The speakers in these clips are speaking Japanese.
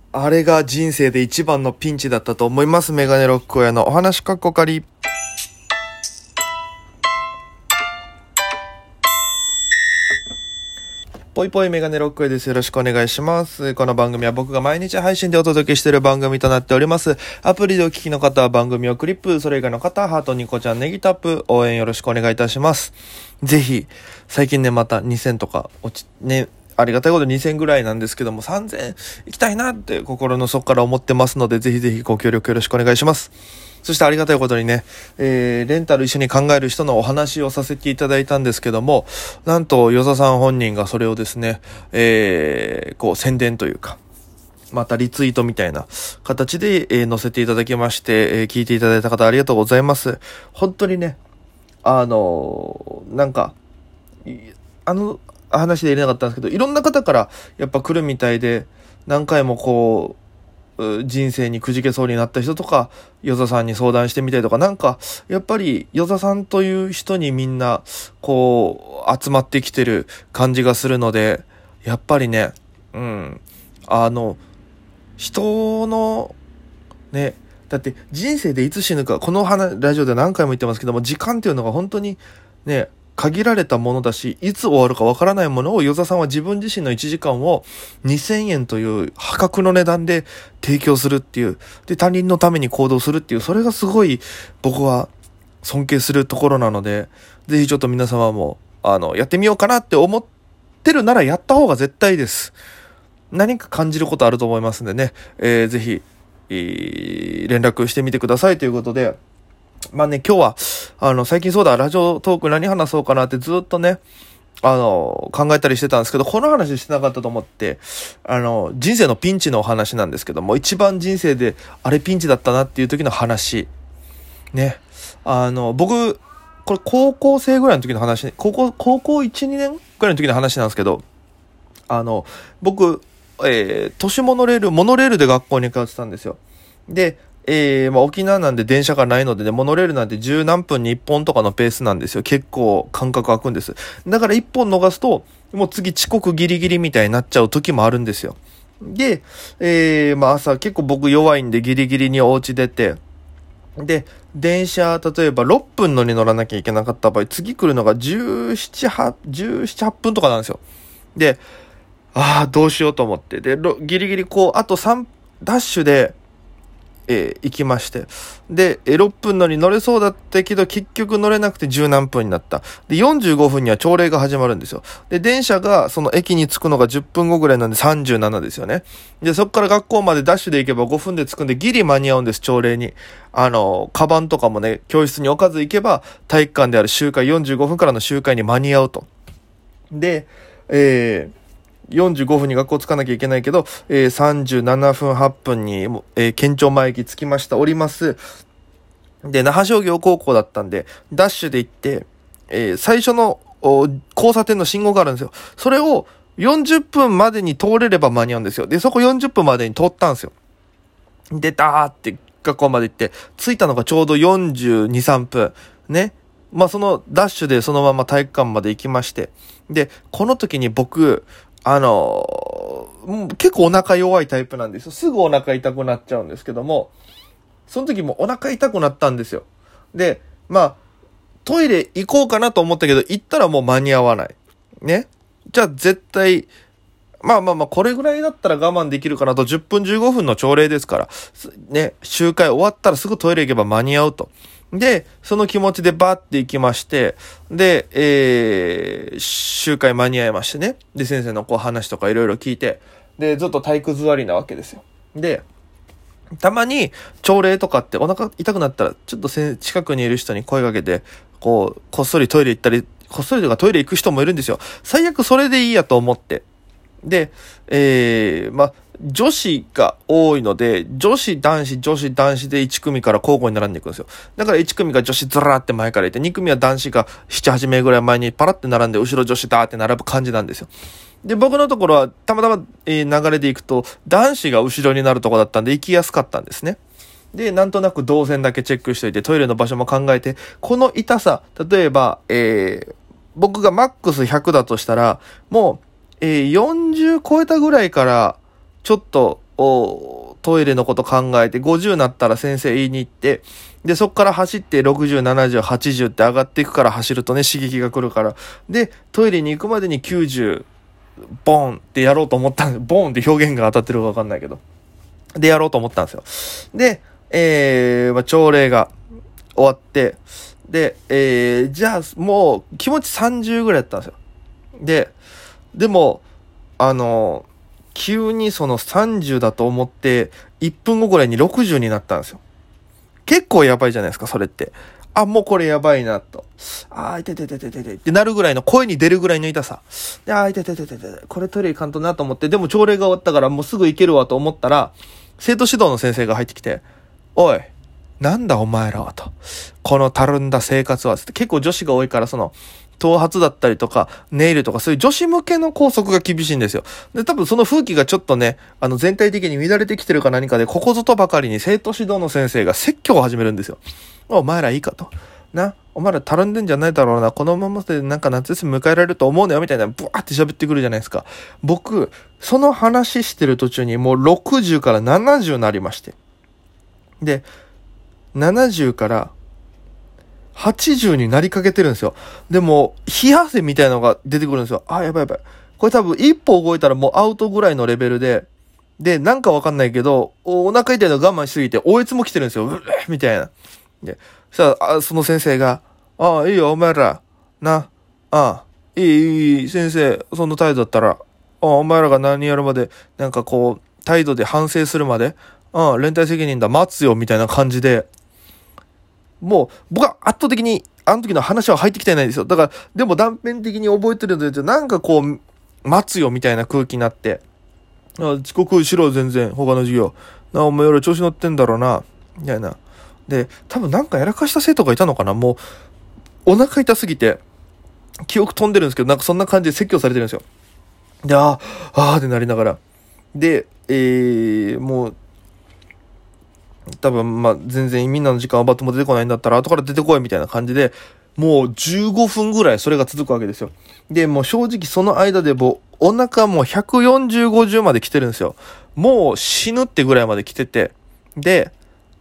あれが人生で一番のピンチだったと思います。メガネロック親のお話かっこかり。ぽいぽいメガネロック親です。よろしくお願いします。この番組は僕が毎日配信でお届けしている番組となっております。アプリでお聞きの方は番組をクリップ、それ以外の方はハート、ニコちゃん、ネギタップ、応援よろしくお願いいたします。ぜひ、最近ね、また2000とかありがたいこと2000ぐらいなんですけども、3000行きたいなって心の底から思ってますので、ぜひぜひご協力よろしくお願いします。そしてありがたいことにね、レンタル一緒に考える人のお話をさせていただいたんですけども、なんと与座さん本人がそれをですね、宣伝というか、またリツイートみたいな形で、載せていただきまして、聞いていただいた方ありがとうございます。本当にね、話で入れなかったんですけど、いろんな方からやっぱ来るみたいで、何回も人生にくじけそうになった人とか、与座さんに相談してみたりとか、やっぱり与座さんという人にみんな、集まってきてる感じがするので、やっぱりね、人の、ね、だって人生でいつ死ぬか、このラジオで何回も言ってますけども、時間っていうのが本当にね、限られたものだし、いつ終わるかわからないものを与座さんは自分自身の1時間を2000円という破格の値段で提供するっていう。で、他人のために行動するっていう。それがすごい僕は尊敬するところなので、ぜひちょっと皆様も、やってみようかなって思ってるならやった方が絶対です。何か感じることあると思いますんでね。ぜひ、連絡してみてくださいということで、まあね、今日は、最近ラジオトーク何話そうかなってずっとね、考えたりしてたんですけど、この話してなかったと思って、人生のピンチのお話なんですけども、一番人生で、あれピンチだったなっていう時の話。ね。僕、これ高校生ぐらいの時の話、高校1、2年ぐらいの時の話なんですけど、僕、モノレールで学校に通ってたんですよ。で、沖縄なんで電車がないのでね、モノレールなんて十何分に1本とかのペースなんですよ。結構間隔空くんです。だから1本逃すと、もう次遅刻ギリギリみたいになっちゃう時もあるんですよ。で、朝結構僕弱いんでギリギリにお家出て、で、電車、例えば6分のに乗らなきゃいけなかった場合、次来るのが17、8分とかなんですよ。で、どうしようと思って。で、ギリギリあとダッシュで、行きまして。で、6分のに乗れそうだったけど、結局乗れなくて十何分になった。で、45分には朝礼が始まるんですよ。で、電車がその駅に着くのが10分後ぐらいなんで37ですよね。で、そっから学校までダッシュで行けば5分で着くんでギリ間に合うんです、朝礼に。カバンとかもね、教室に置かず行けば、体育館である集会、45分からの集会に間に合うと。で、45分に学校着かなきゃいけないけど、37分8分に、県庁前駅着きました。降ります。で、那覇商業高校だったんで、ダッシュで行って、最初の交差点の信号があるんですよ。それを40分までに通れれば間に合うんですよ。で、そこ40分までに通ったんですよ。で、ダーって学校まで行って、着いたのがちょうど42、3分。ね。そのダッシュでそのまま体育館まで行きまして。で、この時に僕、結構お腹弱いタイプなんですよ。すぐお腹痛くなっちゃうんですけども、その時もお腹痛くなったんですよ。で、トイレ行こうかなと思ったけど、行ったらもう間に合わない。ね。じゃあ絶対、これぐらいだったら我慢できるかなと、10分15分の朝礼ですから、ね、集会終わったらすぐトイレ行けば間に合うと。で、その気持ちでバーって行きまして、で、集会間に合いましてね。で、先生の話とかいろいろ聞いて、で、ずっと体育座りなわけですよ。で、たまに朝礼とかってお腹痛くなったら、ちょっと近くにいる人に声かけて、こっそりトイレ行ったり、こっそりとかトイレ行く人もいるんですよ。最悪それでいいやと思って。で、女子が多いので、女子男子で1組から交互に並んでいくんですよ。だから1組が女子ずらーって前からいて、2組は男子が7、8名ぐらい前にパラって並んで、後ろ女子だーって並ぶ感じなんですよ。で、僕のところはたまたま、流れで行くと、男子が後ろになるとこだったんで行きやすかったんですね。で、なんとなく動線だけチェックしておいて、トイレの場所も考えて、この痛さ、例えば、僕がマックス100だとしたら、もう、40超えたぐらいから、ちょっと、 トイレのこと考えて、50になったら先生言いに行って、で、そっから走って60、70、80って上がっていくから走るとね、刺激が来るから。で、トイレに行くまでに90、ボーンってやろうと思ったんです。ボーンって表現が当たってるかわかんないけど。で、やろうと思ったんですよ。で、朝礼が終わって、で、じゃあ、もう気持ち30ぐらいだったんですよ。でも、急にその30だと思って、1分後ぐらいに60になったんですよ。結構やばいじゃないですか、それって。あ、もうこれやばいな、と。いてってなるぐらいの、声に出るぐらいの痛さ。で、いて、これトイレ行かんとなと思って、でも朝礼が終わったからもうすぐ行けるわと思ったら、生徒指導の先生が入ってきて、おい、なんだお前らはと。このたるんだ生活はつって、結構女子が多いから、その、頭髪だったりとか、ネイルとか、そういう女子向けの校則が厳しいんですよ。で、多分その風紀がちょっとね、全体的に乱れてきてるか何かで、ここぞとばかりに生徒指導の先生が説教を始めるんですよ。お前らいいかと。な、お前らたるんでんじゃないだろうな。このままでなんか夏休み迎えられると思うのよ、みたいな、ブワーって喋ってくるじゃないですか。僕、その話してる途中にもう60から70になりまして。で、70から80になりかけてるんですよ。でも、冷や汗みたいなのが出てくるんですよ。やばい。これ多分一歩動いたらもうアウトぐらいのレベルで、なんかわかんないけど、お腹痛いの我慢しすぎて、おえつも来てるんですよ。みたいな。で、その先生が、いいよ、お前ら。な。いい、先生、その態度だったら、お前らが何やるまで、なんかこう、態度で反省するまで、連帯責任だ、待つよ、みたいな感じで、もう、僕は圧倒的に、あの時の話は入ってきてないんですよ。だから、でも断片的に覚えてるんで、なんかこう、待つよみたいな空気になって、遅刻しろ全然、他の授業。お前ら調子乗ってんだろうな、みたいな。で、多分なんかやらかした生徒がいたのかな。もう、お腹痛すぎて、記憶飛んでるんですけど、なんかそんな感じで説教されてるんですよ。で、ってなりながら。で、もう、多分全然みんなの時間奪っても出てこないんだったら後から出てこいみたいな感じで、もう15分ぐらいそれが続くわけですよ。で、もう正直その間でお腹もう140、50まで来てるんですよ。もう死ぬってぐらいまで来てて。で、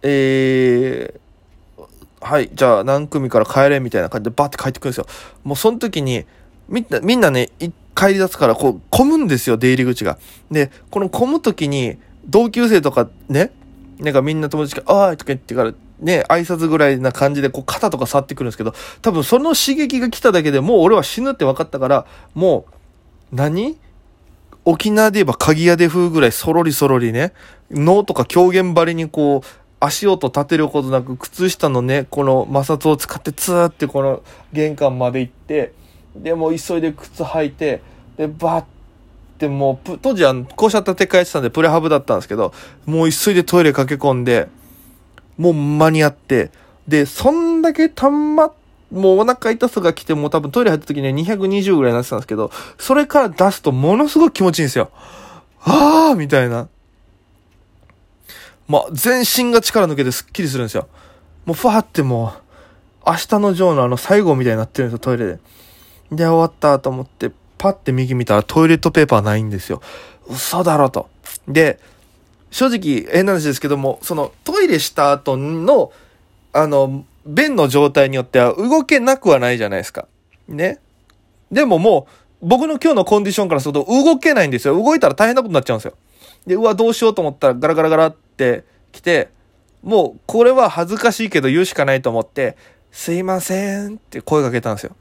はい、じゃあ何組から帰れみたいな感じでバーって帰ってくるんですよ。もうその時に、みんなね、帰り出すから混むんですよ、出入り口が。で、この混む時に、同級生とかね、なんかみんな友達が、とか言ってから、ね、挨拶ぐらいな感じで、肩とか触ってくるんですけど、多分その刺激が来ただけでもう俺は死ぬって分かったから、もう、沖縄で言えば鍵屋で風ぐらいそろりね、脳とか狂言張りに足音立てることなく、靴下のね、この摩擦を使ってツーってこの玄関まで行って、で、もう急いで靴履いて、で、バッでもう当時は校舎建て替えてたんでプレハブだったんですけど、もう急いでトイレ駆け込んで、もう間に合って、で、そんだけもうお腹痛さが来て、もう多分トイレ入った時には220ぐらいになってたんですけど、それから出すとものすごく気持ちいいんですよ。みたいな。全身が力抜けてスッキリするんですよ。もうふわってもう、明日のジョーの最後みたいになってるんですよ、トイレで。で、終わったと思って、パッて右見たらトイレットペーパーないんですよ。嘘だろと。で、正直変な話ですけども、そのトイレした後の、便の状態によっては動けなくはないじゃないですか。ね。でももう、僕の今日のコンディションからすると動けないんですよ。動いたら大変なことになっちゃうんですよ。で、どうしようと思ったらガラガラガラって来て、もうこれは恥ずかしいけど言うしかないと思って、すいませんって声かけたんですよ。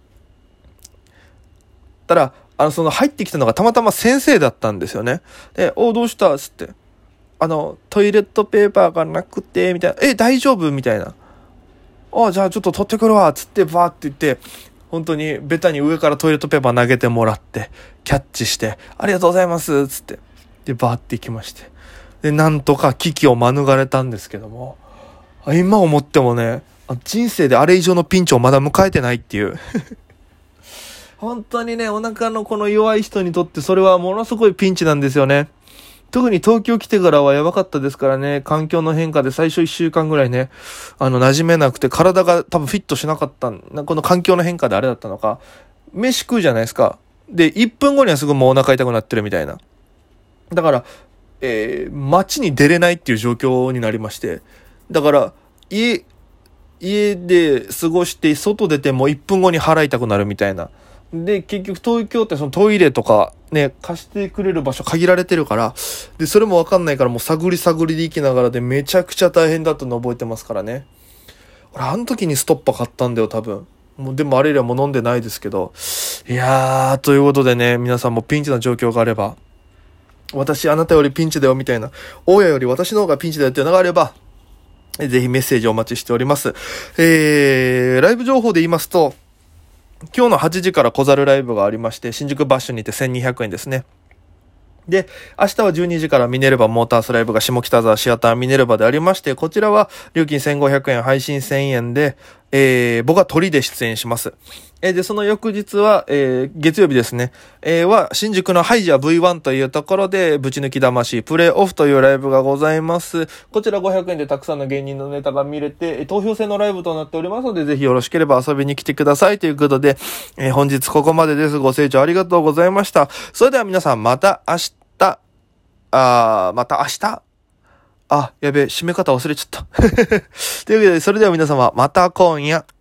たら、その入ってきたのがたまたま先生だったんですよね。で、どうしたつって。トイレットペーパーがなくて、みたいな。大丈夫みたいな。じゃあちょっと取ってくるわつってバーって言って、本当にベタに上からトイレットペーパー投げてもらって、キャッチして、ありがとうございますつって。で、バーって行きまして。で、なんとか危機を免れたんですけども、今思ってもね、人生であれ以上のピンチをまだ迎えてないっていう。本当にね、お腹のこの弱い人にとってそれはものすごいピンチなんですよね。特に東京来てからはやばかったですからね、環境の変化で最初1週間ぐらいね、馴染めなくて体が多分フィットしなかった、この環境の変化であれだったのか、飯食うじゃないですか。で、1分後にはすぐもうお腹痛くなってるみたいな。だから、 街に出れないっていう状況になりまして。だから、家で過ごして外出ても1分後に払いたくなるみたいな。で、結局東京ってそのトイレとかね、貸してくれる場所限られてるから、で、それもわかんないからもう探りで行きながらでめちゃくちゃ大変だったの覚えてますからね。俺、あの時にストッパ買ったんだよ、多分。もう、でもあれ以来もう飲んでないですけど。いやー、ということでね、皆さんもピンチな状況があれば、私あなたよりピンチだよみたいな、大家より私の方がピンチだよっていうのがあれば、ぜひメッセージお待ちしております。ライブ情報で言いますと、今日の8時から小猿ライブがありまして、新宿バッシュにて1200円ですね。で、明日は12時からミネルヴァモータースライブが下北沢シアターミネルヴァでありまして、こちらは料金1500円、配信1000円で、僕は鳥で出演します。で、その翌日は、月曜日ですね、は新宿のハイジャー V1 というところで、ぶち抜き魂プレイオフというライブがございます。こちら500円でたくさんの芸人のネタが見れて、投票制のライブとなっておりますので、ぜひよろしければ遊びに来てくださいということで、本日ここまでです。ご清聴ありがとうございました。それでは皆さんまた明日、また明日やべえ、締め方忘れちゃった。というわけで、それでは皆様、また今夜。